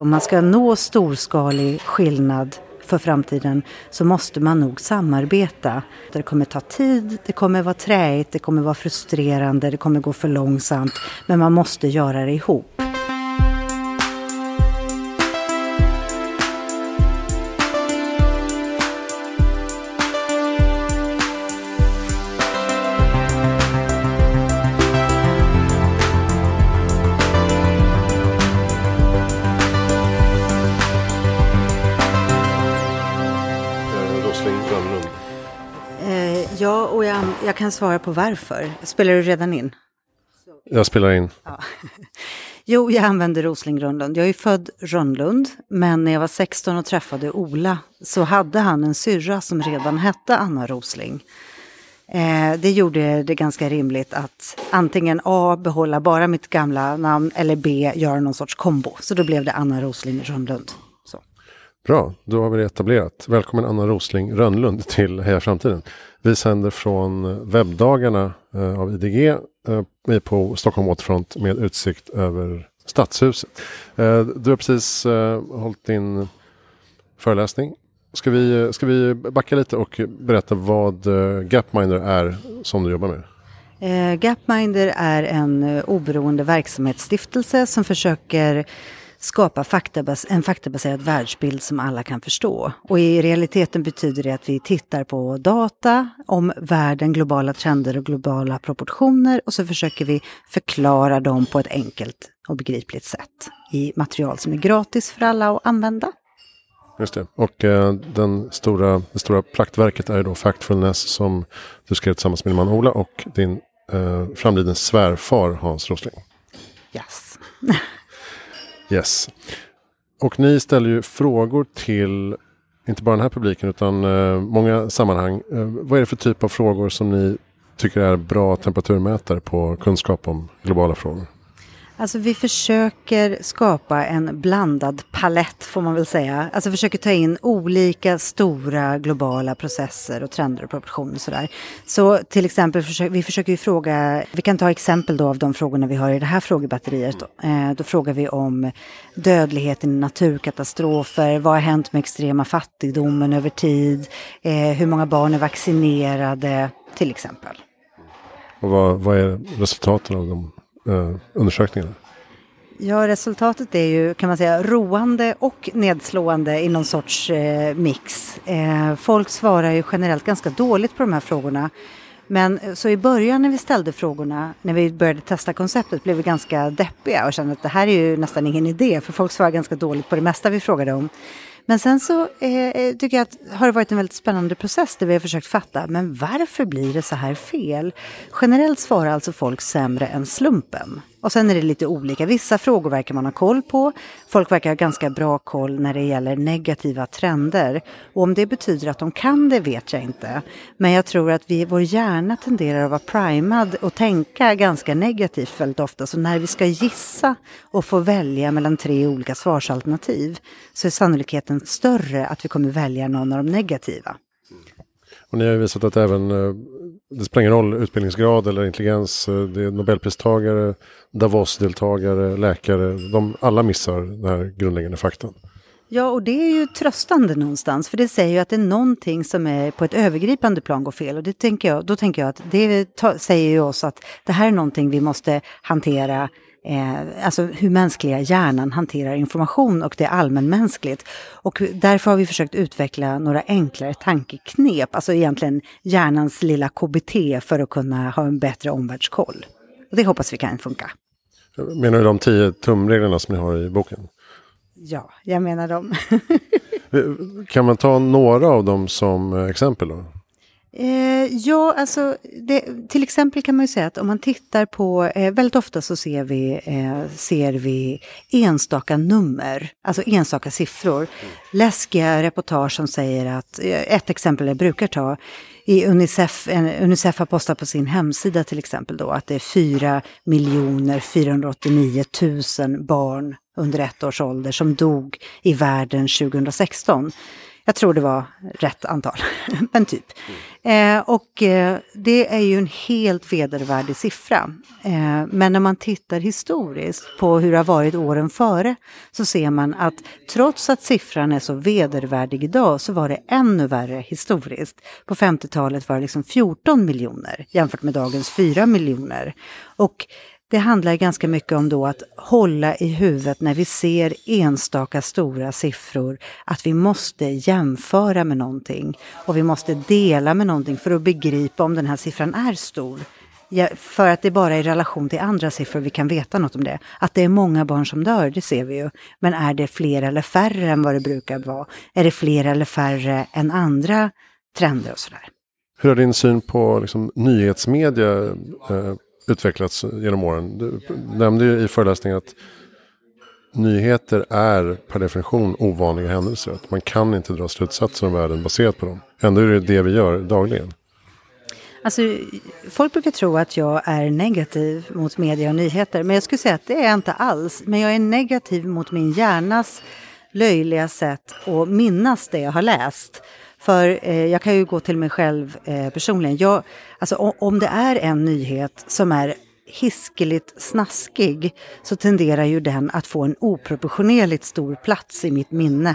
Om man ska nå storskalig skillnad för framtiden så måste man nog samarbeta. Det kommer ta tid, det kommer vara träigt, det kommer vara frustrerande, det kommer gå för långsamt. Men man måste göra det ihop. Ja, och jag kan svara på varför. Spelar du redan in? Jag spelar in. Ja. Jo, jag använder Rosling Rönnlund. Jag är född Rönnlund, men när jag var 16 och träffade Ola så hade han en syrra som redan hette Anna Rosling. Det gjorde det ganska rimligt att antingen A, behålla bara mitt gamla namn, eller B, göra någon sorts kombo. Så då blev det Anna Rosling Rönnlund. Så. Bra, då har vi det etablerat. Välkommen Anna Rosling Rönnlund till Heja Framtiden. Vi sänder från webbdagarna av IDG på Stockholm Waterfront med utsikt över Stadshuset. Du har precis hållit din föreläsning. Ska vi backa lite och berätta vad Gapminder är som du jobbar med? Gapminder är en oberoende verksamhetsstiftelse som försöker skapa en faktabaserad världsbild som alla kan förstå. Och i realiteten betyder det att vi tittar på data om världen, globala trender och globala proportioner, och så försöker vi förklara dem på ett enkelt och begripligt sätt i material som är gratis för alla att använda. Just det. Och det stora praktverket är då Factfulness som du skrev tillsammans med din man Ola och din framlidens svärfar Hans Rosling. Yes. Yes. Och ni ställer ju frågor till inte bara den här publiken utan många sammanhang. Vad är det för typ av frågor som ni tycker är bra temperaturmätare på kunskap om globala frågor? Alltså vi försöker skapa en blandad palett får man väl säga. Alltså försöker ta in olika stora globala processer och trender och proportioner och sådär. Så till exempel vi försöker ju fråga, vi kan ta exempel då av de frågorna vi har i det här frågebatteriet. Då frågar vi om dödligheten i naturkatastrofer, vad har hänt med extrema fattigdomen över tid, hur många barn är vaccinerade till exempel. Och vad är resultaten av de undersökningarna? Ja, resultatet är ju kan man säga roande och nedslående i någon sorts mix. Folk svarar ju generellt ganska dåligt på de här frågorna. Men så i början när vi ställde frågorna, när vi började testa konceptet, blev vi ganska deppiga och kände att det här är ju nästan ingen idé, för folk svarar ganska dåligt på det mesta vi frågade om. Men sen så tycker jag att har det varit en väldigt spännande process där vi har försökt fatta, men varför blir det så här fel? Generellt svarar alltså folk sämre än slumpen. Och sen är det lite olika. Vissa frågor verkar man ha koll på. Folk verkar ha ganska bra koll när det gäller negativa trender. Och om det betyder att de kan det vet jag inte. Men jag tror att vår hjärna tenderar att vara primad och tänka ganska negativt väldigt ofta. Så när vi ska gissa och få välja mellan 3 olika svarsalternativ så är sannolikheten större att vi kommer välja någon av de negativa. Och ni har ju visat att även, det spelar ingen roll utbildningsgrad eller intelligens, det är Nobelpristagare, Davos-deltagare, läkare, alla missar den här grundläggande faktan. Ja, och det är ju tröstande någonstans, för det säger ju att det är någonting som är på ett övergripande plan går fel. Och då tänker jag att det säger ju oss att det här är någonting vi måste hantera. Alltså hur mänskliga hjärnan hanterar information, och det är allmänmänskligt. Och därför har vi försökt utveckla några enklare tankeknep, alltså egentligen hjärnans lilla KBT för att kunna ha en bättre omvärldskoll. Och det hoppas vi kan funka. Menar du de 10 tumreglerna som ni har i boken? Ja, jag menar dem. Kan man ta några av dem som exempel då? Ja, alltså till exempel kan man ju säga att om man tittar på, väldigt ofta så ser vi enstaka nummer, alltså enstaka siffror. Läskiga reportage som säger att, ett exempel jag brukar ta, i UNICEF har postat på sin hemsida till exempel då att det är 4 489 000 barn under 1 års ålder som dog i världen 2016. Jag tror det var rätt antal, men typ. Det är ju en helt vedervärdig siffra. Men när man tittar historiskt på hur det har varit åren före så ser man att trots att siffran är så vedervärdig idag så var det ännu värre historiskt. På 50-talet var det liksom 14 miljoner jämfört med dagens 4 miljoner. Och det handlar ganska mycket om då att hålla i huvudet när vi ser enstaka stora siffror att vi måste jämföra med någonting och vi måste dela med någonting för att begripa om den här siffran är stor. Ja, för att det bara är i relation till andra siffror vi kan veta något om det. Att det är många barn som dör, det ser vi ju. Men är det fler eller färre än vad det brukar vara? Är det fler eller färre än andra trender och sådär? Hur har din syn på liksom, nyhetsmedia utvecklats genom åren? Du nämnde ju i föreläsningen att nyheter är per definition ovanliga händelser. Att man kan inte dra slutsatser om världen baserat på dem. Ändå är det vi gör dagligen. Alltså, folk brukar tro att jag är negativ mot media och nyheter. Men jag skulle säga att det är jag inte alls. Men jag är negativ mot min hjärnas löjliga sätt att minnas det jag har läst. För jag kan ju gå till mig själv personligen. Om det är en nyhet som är hiskeligt snaskig så tenderar ju den att få en oproportionerligt stor plats i mitt minne.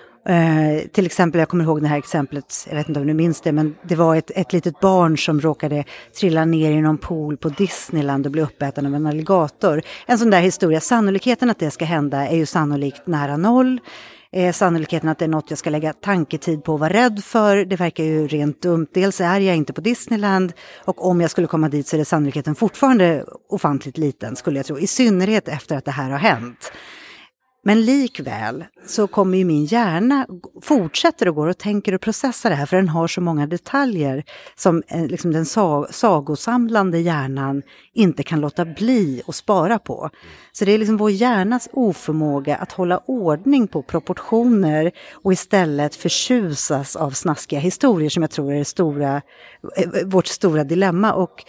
Till exempel, jag kommer ihåg det här exemplet, jag vet inte om du minns det, men det var ett litet barn som råkade trilla ner i någon pool på Disneyland och bli uppäten av en alligator. En sån där historia, sannolikheten att det ska hända är ju sannolikt nära noll. Sannolikheten att det är något jag ska lägga tanketid på och vara rädd för, det verkar ju rent dumt. Dels är jag inte på Disneyland och om jag skulle komma dit så är det sannolikheten fortfarande ofantligt liten skulle jag tro. I synnerhet efter att det här har hänt. Men likväl så kommer ju min hjärna fortsätter att gå och tänker och processa det här för den har så många detaljer som liksom den sagosamlande hjärnan inte kan låta bli att spara på. Så det är liksom vår hjärnas oförmåga att hålla ordning på proportioner och istället förtjusas av snaskiga historier som jag tror är vårt stora dilemma. Och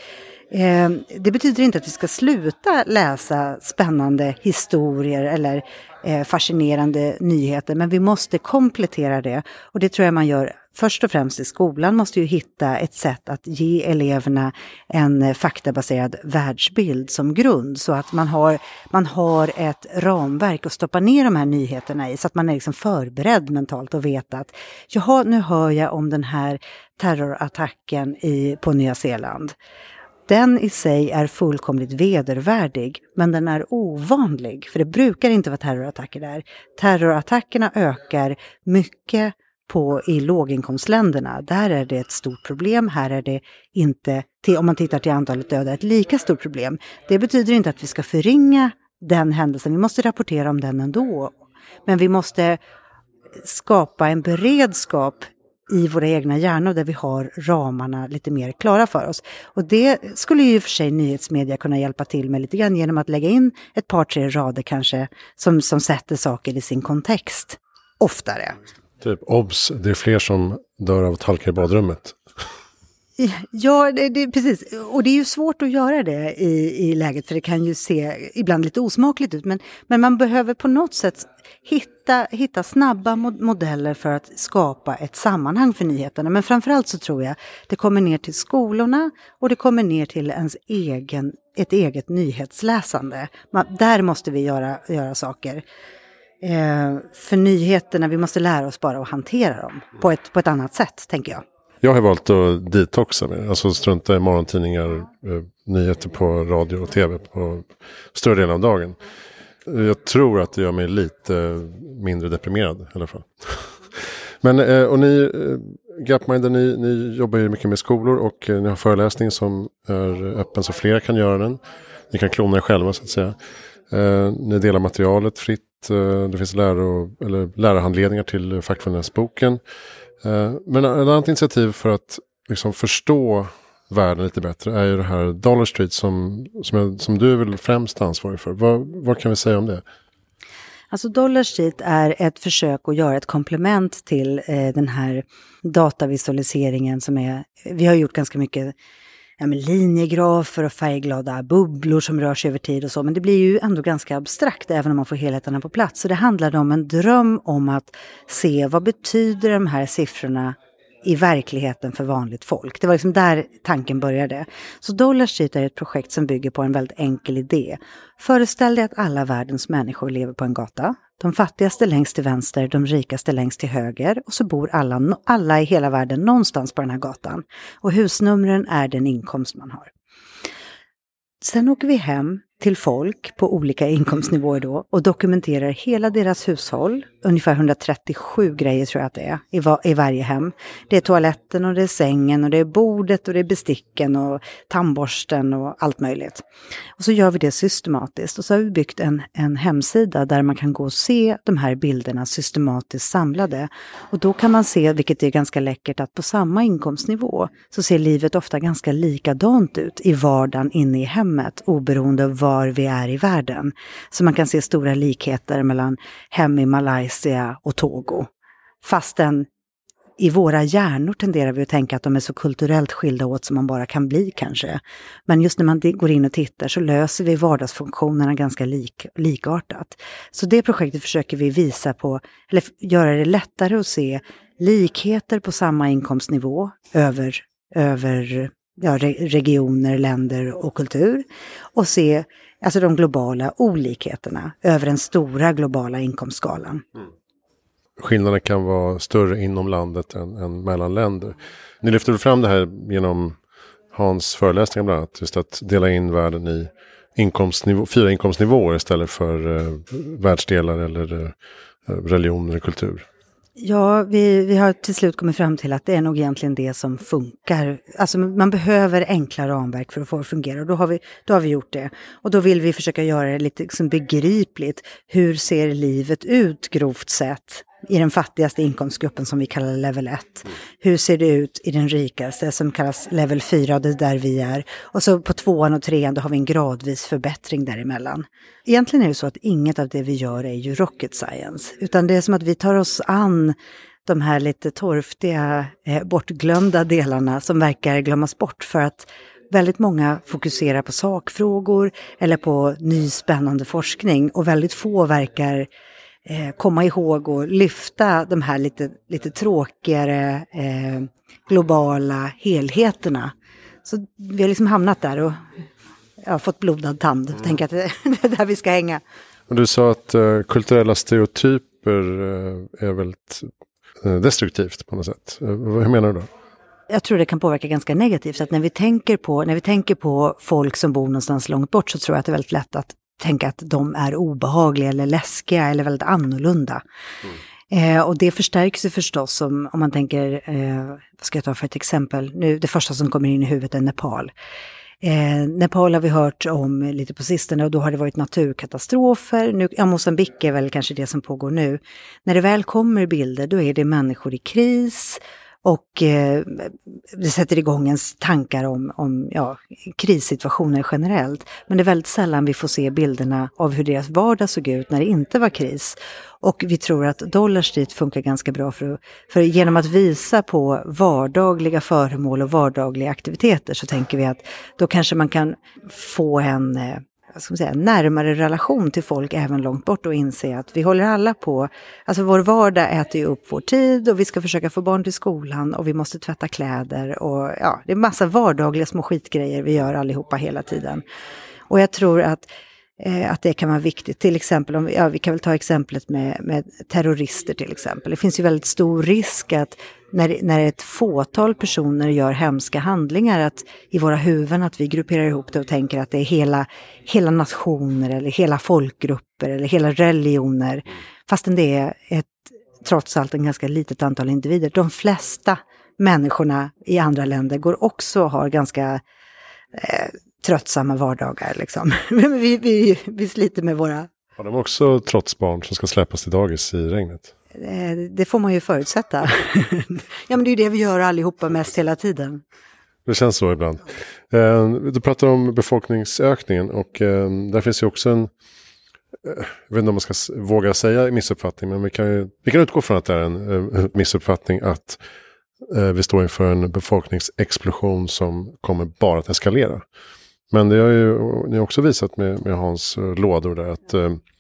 det betyder inte att vi ska sluta läsa spännande historier eller fascinerande nyheter, men vi måste komplettera det och det tror jag man gör först och främst i skolan. Måste ju hitta ett sätt att ge eleverna en faktabaserad världsbild som grund så att man har ett ramverk att stoppa ner de här nyheterna i så att man är liksom förberedd mentalt och vet att jaha, nu hör jag om den här terrorattacken på Nya Zeeland. Den i sig är fullkomligt vedervärdig, men den är ovanlig. För det brukar inte vara terrorattacker där. Terrorattackerna ökar mycket i låginkomstländerna. Där är det ett stort problem. Här är det inte, om man tittar till antalet döda, ett lika stort problem. Det betyder inte att vi ska förringa den händelsen. Vi måste rapportera om den ändå. Men vi måste skapa en beredskap i våra egna hjärnor där vi har ramarna lite mer klara för oss. Och det skulle ju för sig nyhetsmedia kunna hjälpa till med lite grann genom att lägga in ett par, 3 rader kanske som sätter saker i sin kontext oftare. Typ, obs, det är fler som dör av att halka i badrummet. Ja, det precis. Och det är ju svårt att göra det i läget för det kan ju se ibland lite osmakligt ut. Men man behöver på något sätt hitta snabba modeller för att skapa ett sammanhang för nyheterna. Men framförallt så tror jag det kommer ner till skolorna och det kommer ner till ett eget nyhetsläsande. Där måste vi göra saker. För nyheterna, vi måste lära oss bara att hantera dem på ett annat sätt, tänker jag. Jag har valt att detoxa med, alltså strunta i morgontidningar, nyheter på radio och tv på större delen av dagen. Jag tror att det gör mig lite mindre deprimerad i alla fall. Men, och ni, Gapminder, ni jobbar ju mycket med skolor och ni har föreläsning som är öppen så fler kan göra den. Ni kan klona er själva så att säga. Ni delar materialet fritt. Det finns lärarhandledningar till fackföreningsboken. Men ett annat initiativ för att liksom förstå världen lite bättre är ju det här Dollar Street som du är väl främst ansvarig för. Vad kan vi säga om det? Alltså Dollar Street är ett försök att göra ett komplement till den här datavisualiseringen vi har gjort ganska mycket linjegrafer och färgglada bubblor som rör sig över tid och så. Men det blir ju ändå ganska abstrakt även om man får helheterna på plats. Så det handlade om en dröm om att se vad betyder de här siffrorna i verkligheten för vanligt folk. Det var liksom där tanken började. Så Dollar Street är ett projekt som bygger på en väldigt enkel idé. Föreställ dig att alla världens människor lever på en gata. De fattigaste längst till vänster, de rikaste längst till höger. Och så bor alla i hela världen någonstans på den här gatan. Och husnumren är den inkomst man har. Sen åker vi hem till folk på olika inkomstnivåer då och dokumenterar hela deras hushåll. Ungefär 137 grejer tror jag att det är i varje hem. Det är toaletten och det är sängen och det är bordet och det är besticken och tandborsten och allt möjligt. Och så gör vi det systematiskt och så har vi byggt en hemsida där man kan gå och se de här bilderna systematiskt samlade. Och då kan man se, vilket är ganska läckert, att på samma inkomstnivå så ser livet ofta ganska likadant ut i vardagen inne i hemmet oberoende av var vi är i världen. Så man kan se stora likheter mellan hem i Malaysia och Togo. Fastän i våra hjärnor tenderar vi att tänka att de är så kulturellt skilda åt som man bara kan bli kanske. Men just när man går in och tittar så löser vi vardagsfunktionerna ganska likartat. Så det projektet försöker vi visa på, eller göra det lättare att se likheter på samma inkomstnivå över regioner, länder och kultur. Och se alltså de globala olikheterna över den stora globala inkomstskalan. Skillnaderna kan vara större inom landet än mellan länder. Ni lyfter fram det här genom Hans föreläsningar bland annat. Just att dela in världen i 4 inkomstnivåer istället för världsdelar eller religioner och kultur. Ja, vi har till slut kommit fram till att det är nog egentligen det som funkar. Alltså man behöver enkla ramverk för att få det att fungera och då har vi gjort det. Och då vill vi försöka göra det lite liksom begripligt. Hur ser livet ut grovt sett i den fattigaste inkomstgruppen som vi kallar level 1? Hur ser det ut i den rikaste som kallas level 4, det är där vi är. Och så på 2:an och 3:an då har vi en gradvis förbättring däremellan. Egentligen är det så att inget av det vi gör är ju rocket science. Utan det är som att vi tar oss an de här lite torftiga, bortglömda delarna som verkar glömmas bort för att väldigt många fokuserar på sakfrågor eller på ny spännande forskning och väldigt få verkar komma ihåg och lyfta de här lite tråkigare globala helheterna. Så vi har liksom hamnat där och fått blodad tand. Tänker att det är där vi ska hänga. Och du sa att kulturella stereotyper är väldigt destruktivt på något sätt. Hur menar du då? Jag tror det kan påverka ganska negativt. Så att när vi tänker på folk som bor någonstans långt bort så tror jag att det är väldigt lätt att tänka att de är obehagliga eller läskiga eller väldigt annorlunda. Och det förstärks ju förstås om man tänker, vad ska jag ta för ett exempel? Nu, det första som kommer in i huvudet är Nepal. Nepal har vi hört om lite på sistone och då har det varit naturkatastrofer. Mosambik är väl kanske det som pågår nu. När det väl kommer bilder då är det människor i kris. Och det sätter igång ens tankar om krissituationer generellt. Men det är väldigt sällan vi får se bilderna av hur deras vardag såg ut när det inte var kris. Och vi tror att Dollar Street funkar ganska bra för genom att visa på vardagliga föremål och vardagliga aktiviteter så tänker vi att då kanske man kan få en närmare relation till folk även långt bort och inse att vi håller alla på, alltså vår vardag äter ju upp vår tid och vi ska försöka få barn till skolan och vi måste tvätta kläder och det är massa vardagliga små skitgrejer vi gör allihopa hela tiden. Och jag tror att det kan vara viktigt. Till exempel, vi kan väl ta exemplet med terrorister till exempel. Det finns ju väldigt stor risk att när ett fåtal personer gör hemska handlingar att i våra huvuden att vi grupperar ihop det och tänker att det är hela nationer eller hela folkgrupper eller hela religioner. Fastän det är trots allt en ganska litet antal individer. De flesta människorna i andra länder går också och har ganska tröttsamma vardagar liksom. vi sliter med våra... Har de också trotsbarn som ska släppas till dagis i regnet? Det får man ju förutsätta. Ja, men det är ju det vi gör allihopa mest hela tiden. Det känns så ibland. Du pratar om befolkningsökningen och där finns ju också en, jag vet inte om man ska våga säga missuppfattning, men vi kan utgå från att det är en missuppfattning att vi står inför en befolkningsexplosion som kommer bara att eskalera. Men det har ju ni har också visat med Hans lådor där att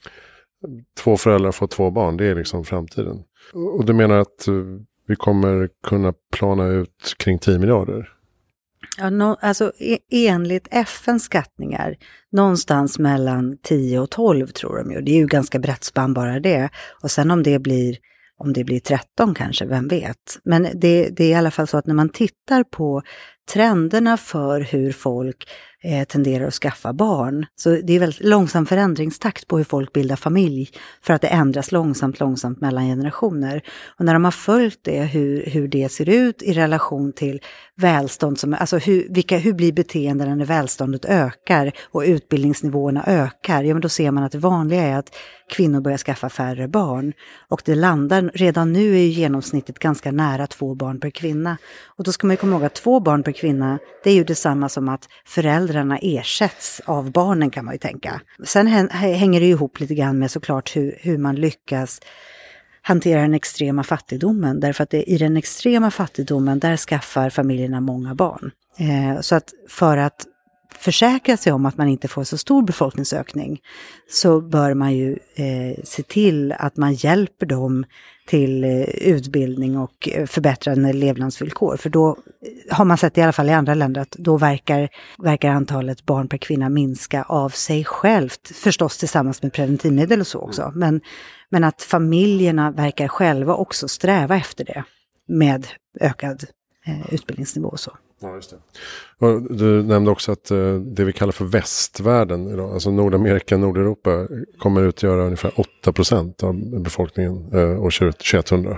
2 föräldrar får 2 barn, det är liksom framtiden. Och du menar att vi kommer kunna plana ut kring 10 miljarder? Ja, alltså enligt FNs skattningar någonstans mellan 10 och 12 tror de ju. Det är ju ganska brett spann bara det. Och sen om det blir 13 kanske, vem vet. Men det är i alla fall så att när man tittar på trenderna för hur folk tenderar att skaffa barn. Så det är väldigt långsam förändringstakt på hur folk bildar familj för att det ändras långsamt mellan generationer. Och när de har följt det, hur det ser ut i relation till välstånd, alltså hur blir beteenden när välståndet ökar och utbildningsnivåerna ökar, ja men då ser man att det vanliga är att kvinnor börjar skaffa färre barn. Och det landar, redan nu är ju genomsnittet ganska nära 2 barn per kvinna. Och då ska man ju komma ihåg att 2 barn per kvinna, det är ju detsamma som att föräldrarna ersätts av barnen kan man ju tänka. Sen hänger det ju ihop lite grann med såklart hur man lyckas hantera den extrema fattigdomen. Därför att i den extrema fattigdomen, där skaffar familjerna många barn. Så att för att försäkra sig om att man inte får så stor befolkningsökning så bör man ju se till att man hjälper dem till utbildning och förbättrade levnadsvillkor. För då har man sett i alla fall i andra länder att då verkar antalet barn per kvinna minska av sig självt. Förstås tillsammans med preventivmedel och så också. Men att familjerna verkar själva också sträva efter det med ökad utbildningsnivå och så. Ja, just det. Och du nämnde också att det vi kallar för västvärlden idag, alltså Nordamerika, Nordeuropa, kommer utgöra ungefär 8% av befolkningen år 2100.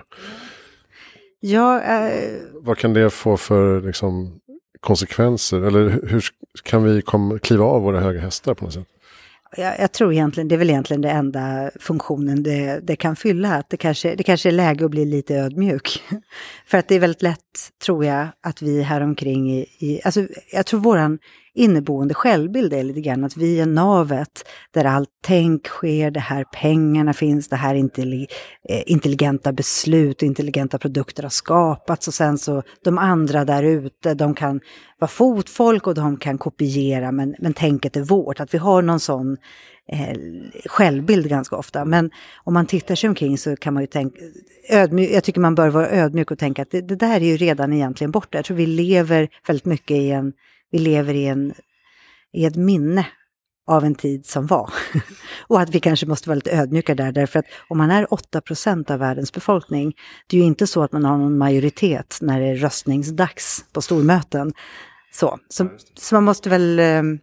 Ja, vad kan det få för liksom, konsekvenser? Eller hur kan vi kliva av våra höga hästar på något sätt? Jag tror egentliin, det är väl egentligen det enda funktionen det kan fylla. Att det kanske är läge att bli lite ödmjuk. För att det är väldigt lätt, tror jag, att vi här omkring alltså jag tror våran inneboende självbild är lite grann att vi är navet där allt tänk sker, det här pengarna finns, det här intelligenta beslut och intelligenta produkter har skapats och sen så de andra där ute, de kan vara fotfolk och de kan kopiera men tänket är vårt, att vi har någon sån självbild ganska ofta. Men om man tittar sig omkring så kan man ju tänka jag tycker man bör vara ödmjuk och tänka att det där är ju redan egentligen borta. Jag tror vi lever väldigt mycket i ett minne av en tid som var. Och att vi kanske måste vara lite ödmjuka där, därför att om man är 8% av världens befolkning, det är ju inte så att man har någon majoritet när det är röstningsdags på stormöten. Så man måste väl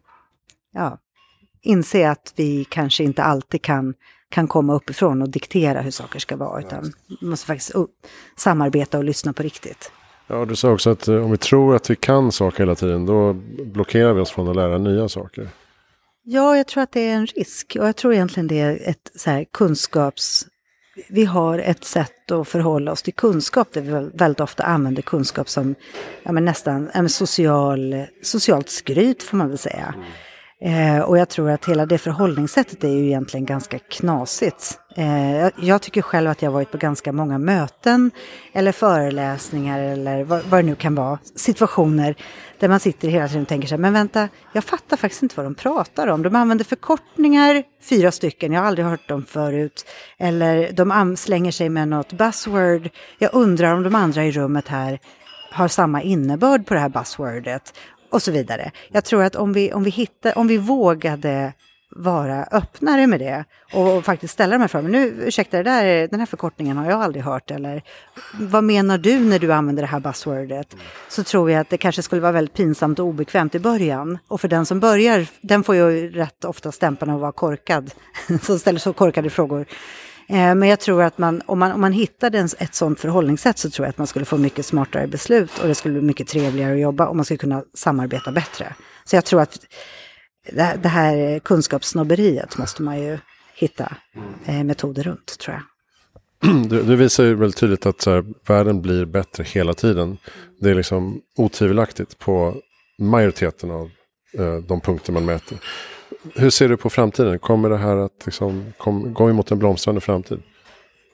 inse att vi kanske inte alltid kan komma uppifrån och diktera hur saker ska vara, utan man måste faktiskt samarbeta och lyssna på riktigt. Ja, du sa också att om vi tror att vi kan saker hela tiden, då blockerar vi oss från att lära nya saker. Ja, jag tror att det är en risk. Och jag tror egentligen det är ett så här vi har ett sätt att förhålla oss till kunskap där vi väldigt ofta använder kunskap som nästan socialt skryt, får man väl säga. Och jag tror att hela det förhållningssättet är ju egentligen ganska knasigt. Jag tycker själv att jag har varit på ganska många möten eller föreläsningar eller vad det nu kan vara. Situationer där man sitter hela tiden och tänker sig, men vänta, jag fattar faktiskt inte vad de pratar om. De använder förkortningar, 4 stycken, jag har aldrig hört dem förut. Eller de slänger sig med något buzzword. Jag undrar om de andra i rummet här har samma innebörd på det här buzzwordet. Och så vidare. Jag tror att om vi vågade vara öppnare med det och faktiskt ställa de här frågorna. Nu, ursäkta, den här förkortningen har jag aldrig hört. Eller vad menar du när du använder det här buzzwordet? Så tror jag att det kanske skulle vara väldigt pinsamt och obekvämt i början. Och för den som börjar, den får ju rätt ofta stämpeln att vara korkad. Som ställer så korkade frågor. Men jag tror att om man hittade ett sådant förhållningssätt, så tror jag att man skulle få mycket smartare beslut och det skulle bli mycket trevligare att jobba och man skulle kunna samarbeta bättre. Så jag tror att det här kunskapssnobberiet måste man ju hitta metoder runt, tror jag. Du visar ju väldigt tydligt att världen blir bättre hela tiden. Det är liksom otvivelaktigt på majoriteten av de punkter man mäter. Hur ser du på framtiden? Kommer det här att gå emot en blomstrande framtid?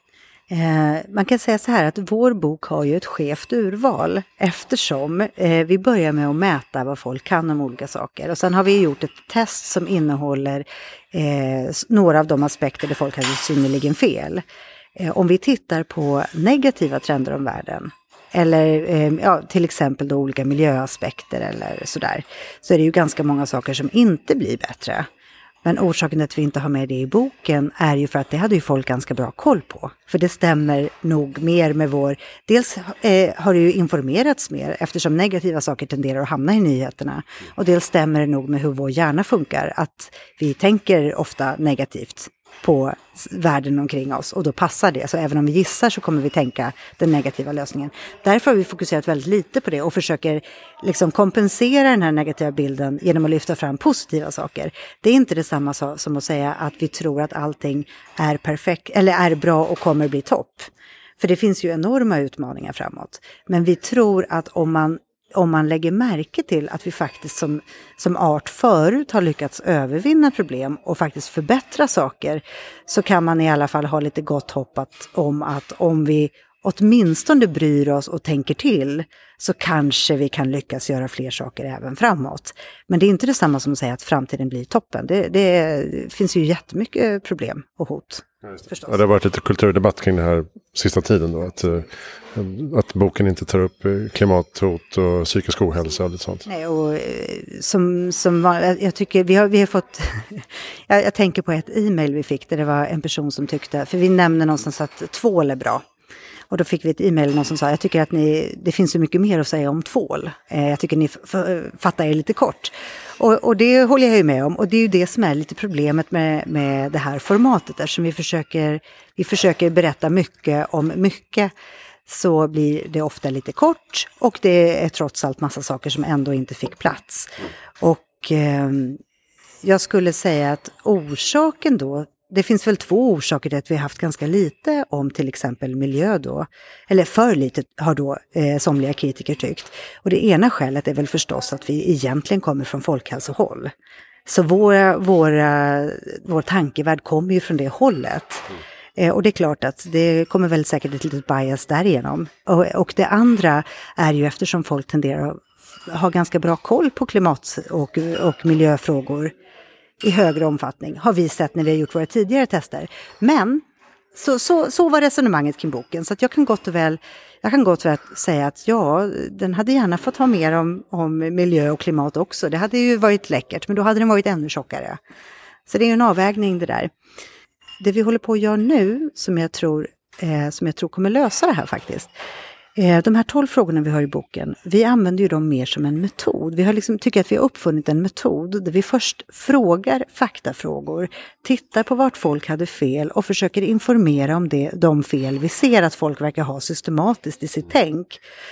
Man kan säga så här att vår bok har ju ett skevt urval eftersom vi börjar med att mäta vad folk kan om olika saker. Och sen har vi gjort ett test som innehåller några av de aspekter där folk hade synnerligen fel. Om vi tittar på negativa trender om världen eller till exempel då olika miljöaspekter eller sådär, så är det ju ganska många saker som inte blir bättre. Men orsaken till att vi inte har med det i boken är ju för att det hade ju folk ganska bra koll på. För det stämmer nog mer med vår... Dels har det ju informerats mer eftersom negativa saker tenderar att hamna i nyheterna. Och dels stämmer det nog med hur vår hjärna funkar. Att vi tänker ofta negativt på världen omkring oss och då passar det. Så även om vi gissar så kommer vi tänka den negativa lösningen. Därför har vi fokuserat väldigt lite på det och försöker liksom kompensera den här negativa bilden genom att lyfta fram positiva saker. Det är inte detsamma som att säga att vi tror att allting är perfekt eller är bra och kommer bli topp. För det finns ju enorma utmaningar framåt. Men vi tror att om man lägger märke till att vi faktiskt som art förut har lyckats övervinna problem och faktiskt förbättra saker, så kan man i alla fall ha lite gott hopp om att om vi åtminstone bryr oss och tänker till, så kanske vi kan lyckas göra fler saker även framåt. Men det är inte detsamma som att säga att framtiden blir toppen. Det finns ju jättemycket problem och hot. Ja, det har varit lite kulturdebatt kring det här sista tiden då, att boken inte tar upp klimathot och psykisk ohälsa och lite sånt. Nej, och jag tycker vi har fått jag tänker på ett e-mail vi fick där det var en person som tyckte, för vi nämner någonstans att tvål är bra. Och då fick vi ett e-mail någon som sa, jag tycker att det finns så mycket mer att säga om tvål. Jag tycker ni fattar er lite kort. Och det håller jag ju med om. Och det är ju det som är lite problemet med det här formatet. Eftersom vi försöker berätta mycket om mycket, så blir det ofta lite kort. Och det är trots allt massa saker som ändå inte fick plats. Och jag skulle säga att orsaken då, det finns väl två orsaker till att vi har haft ganska lite om till exempel miljö då. Eller för lite har då somliga kritiker tyckt. Och det ena skälet är väl förstås att vi egentligen kommer från folkhälsohåll. Så vår tankevärld kommer ju från det hållet. Och det är klart att det kommer väl säkert ett litet bias därigenom. Och det andra är ju eftersom folk tenderar att ha ganska bra koll på klimat- och miljöfrågor i högre omfattning, har vi sett när vi har gjort våra tidigare tester. Men så var resonemanget kring boken. Så att jag kan gott och väl säga att ja, den hade gärna fått ha mer om miljö och klimat också. Det hade ju varit läckert, men då hade den varit ännu tjockare. Så det är ju en avvägning det där. Det vi håller på att göra nu, som jag tror kommer lösa det här faktiskt. De här 12 frågorna vi har i boken, vi använder ju dem mer som en metod. Vi har tycker att vi har uppfunnit en metod där vi först frågar faktafrågor, tittar på vart folk hade fel och försöker informera om de fel vi ser att folk verkar ha systematiskt i sitt tänk.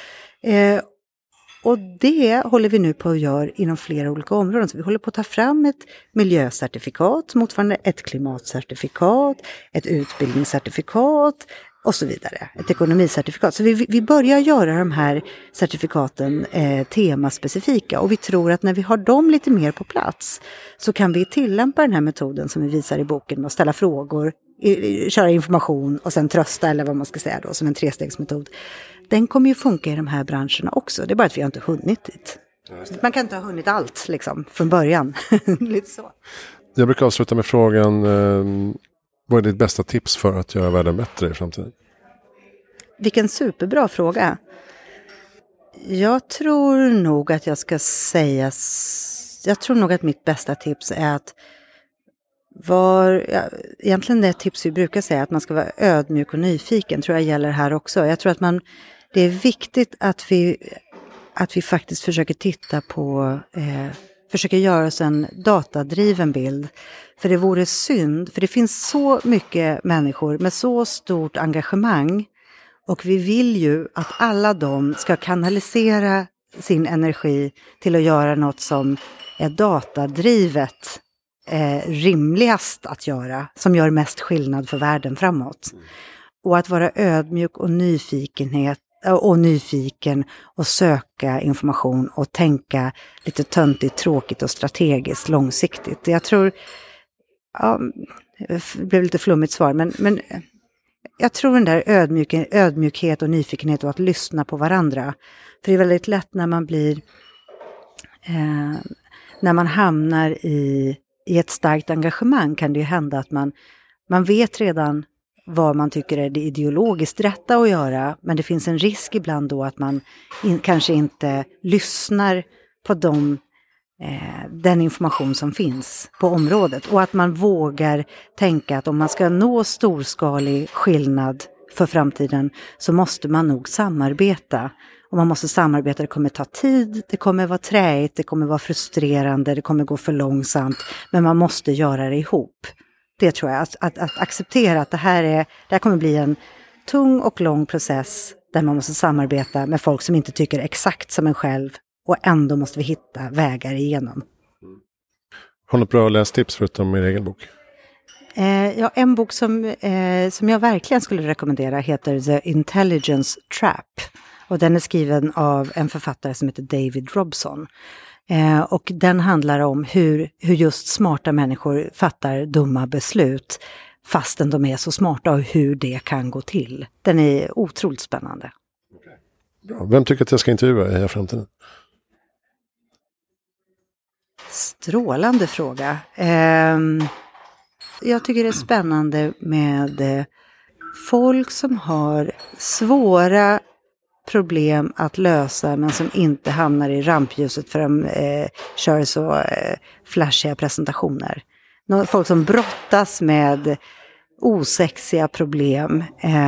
Och det håller vi nu på att göra inom flera olika områden. Så vi håller på att ta fram ett miljöcertifikat, motsvarande ett klimatcertifikat, ett utbildningscertifikat och så vidare. Ett ekonomicertifikat. Så vi börjar göra de här certifikaten temaspecifika. Och vi tror att när vi har dem lite mer på plats så kan vi tillämpa den här metoden som vi visar i boken med att ställa frågor, köra information och sen trösta, eller vad man ska säga då, som en 3-stegsmetod. Den kommer ju funka i de här branscherna också. Det är bara att vi har inte hunnit dit. Man kan inte ha hunnit allt liksom från början. Lite så. Jag brukar avsluta med frågan, vad är ditt bästa tips för att göra världen bättre i framtiden? Vilken superbra fråga. Jag tror nog att mitt bästa tips är att egentligen det tips vi brukar säga, att man ska vara ödmjuk och nyfiken, tror jag gäller här också. Jag tror att det är viktigt att vi faktiskt försöker titta på, försöker göra oss en datadriven bild. För det vore synd, för det finns så mycket människor med så stort engagemang, och vi vill ju att alla de ska kanalisera sin energi till att göra något som är datadrivet rimligast att göra, som gör mest skillnad för världen framåt. Och att vara ödmjuk och nyfiken och söka information och tänka lite töntigt, tråkigt och strategiskt, långsiktigt. Jag tror, det blev lite flummigt svar, men jag tror den där ödmjukhet och nyfikenhet och att lyssna på varandra. För det är väldigt lätt när man blir, när man hamnar i ett starkt engagemang kan det ju hända att man vet redan vad man tycker är det ideologiskt rätta att göra. Men det finns en risk ibland då att man kanske inte lyssnar på den information som finns på området. Och att man vågar tänka att om man ska nå storskalig skillnad för framtiden så måste man nog samarbeta. Och man måste samarbeta, det kommer ta tid, det kommer vara träigt, det kommer vara frustrerande, det kommer gå för långsamt. Men man måste göra det ihop. Det tror jag, att acceptera att det här kommer bli en tung och lång process där man måste samarbeta med folk som inte tycker exakt som en själv och ändå måste vi hitta vägar igenom. Har du något bra lästips förutom min egen bok? Ja, en bok som jag verkligen skulle rekommendera heter The Intelligence Trap. Och den är skriven av en författare som heter David Robson. Och den handlar om hur just smarta människor fattar dumma beslut fastän de är så smarta och hur det kan gå till. Den är otroligt spännande. Bra. Vem tycker att jag ska intervjua i framtiden? Strålande fråga. Jag tycker det är spännande med folk som har svåra problem att lösa men som inte hamnar i rampljuset för de kör så flashiga presentationer. Folk som brottas med osexiga problem.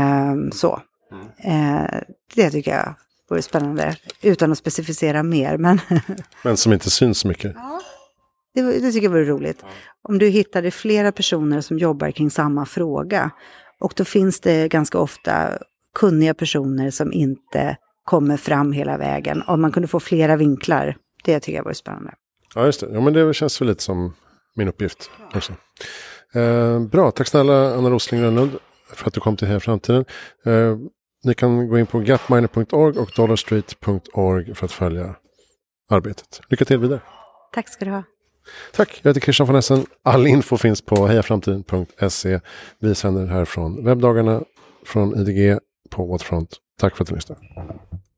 Det tycker jag vore spännande utan att specificera mer. Men som inte syns så mycket. Ja, det tycker jag vore roligt. Om du hittade flera personer som jobbar kring samma fråga och då finns det ganska ofta kunniga personer som inte kommer fram hela vägen. Om man kunde få flera vinklar, det tycker jag var spännande. Ja, just det. Ja, men det känns väl lite som min uppgift också. Bra, tack snälla Anna Rosling Rönnlund för att du kom till Heja Framtiden. Ni kan gå in på gapminer.org och dollarstreet.org för att följa arbetet. Lycka till vidare. Tack ska du ha. Tack, jag heter Christian von Essen. All info finns på hejaframtiden.se. Vi sänder här från webbdagarna från IDG på Waterfront. Tack för att du lyssnade.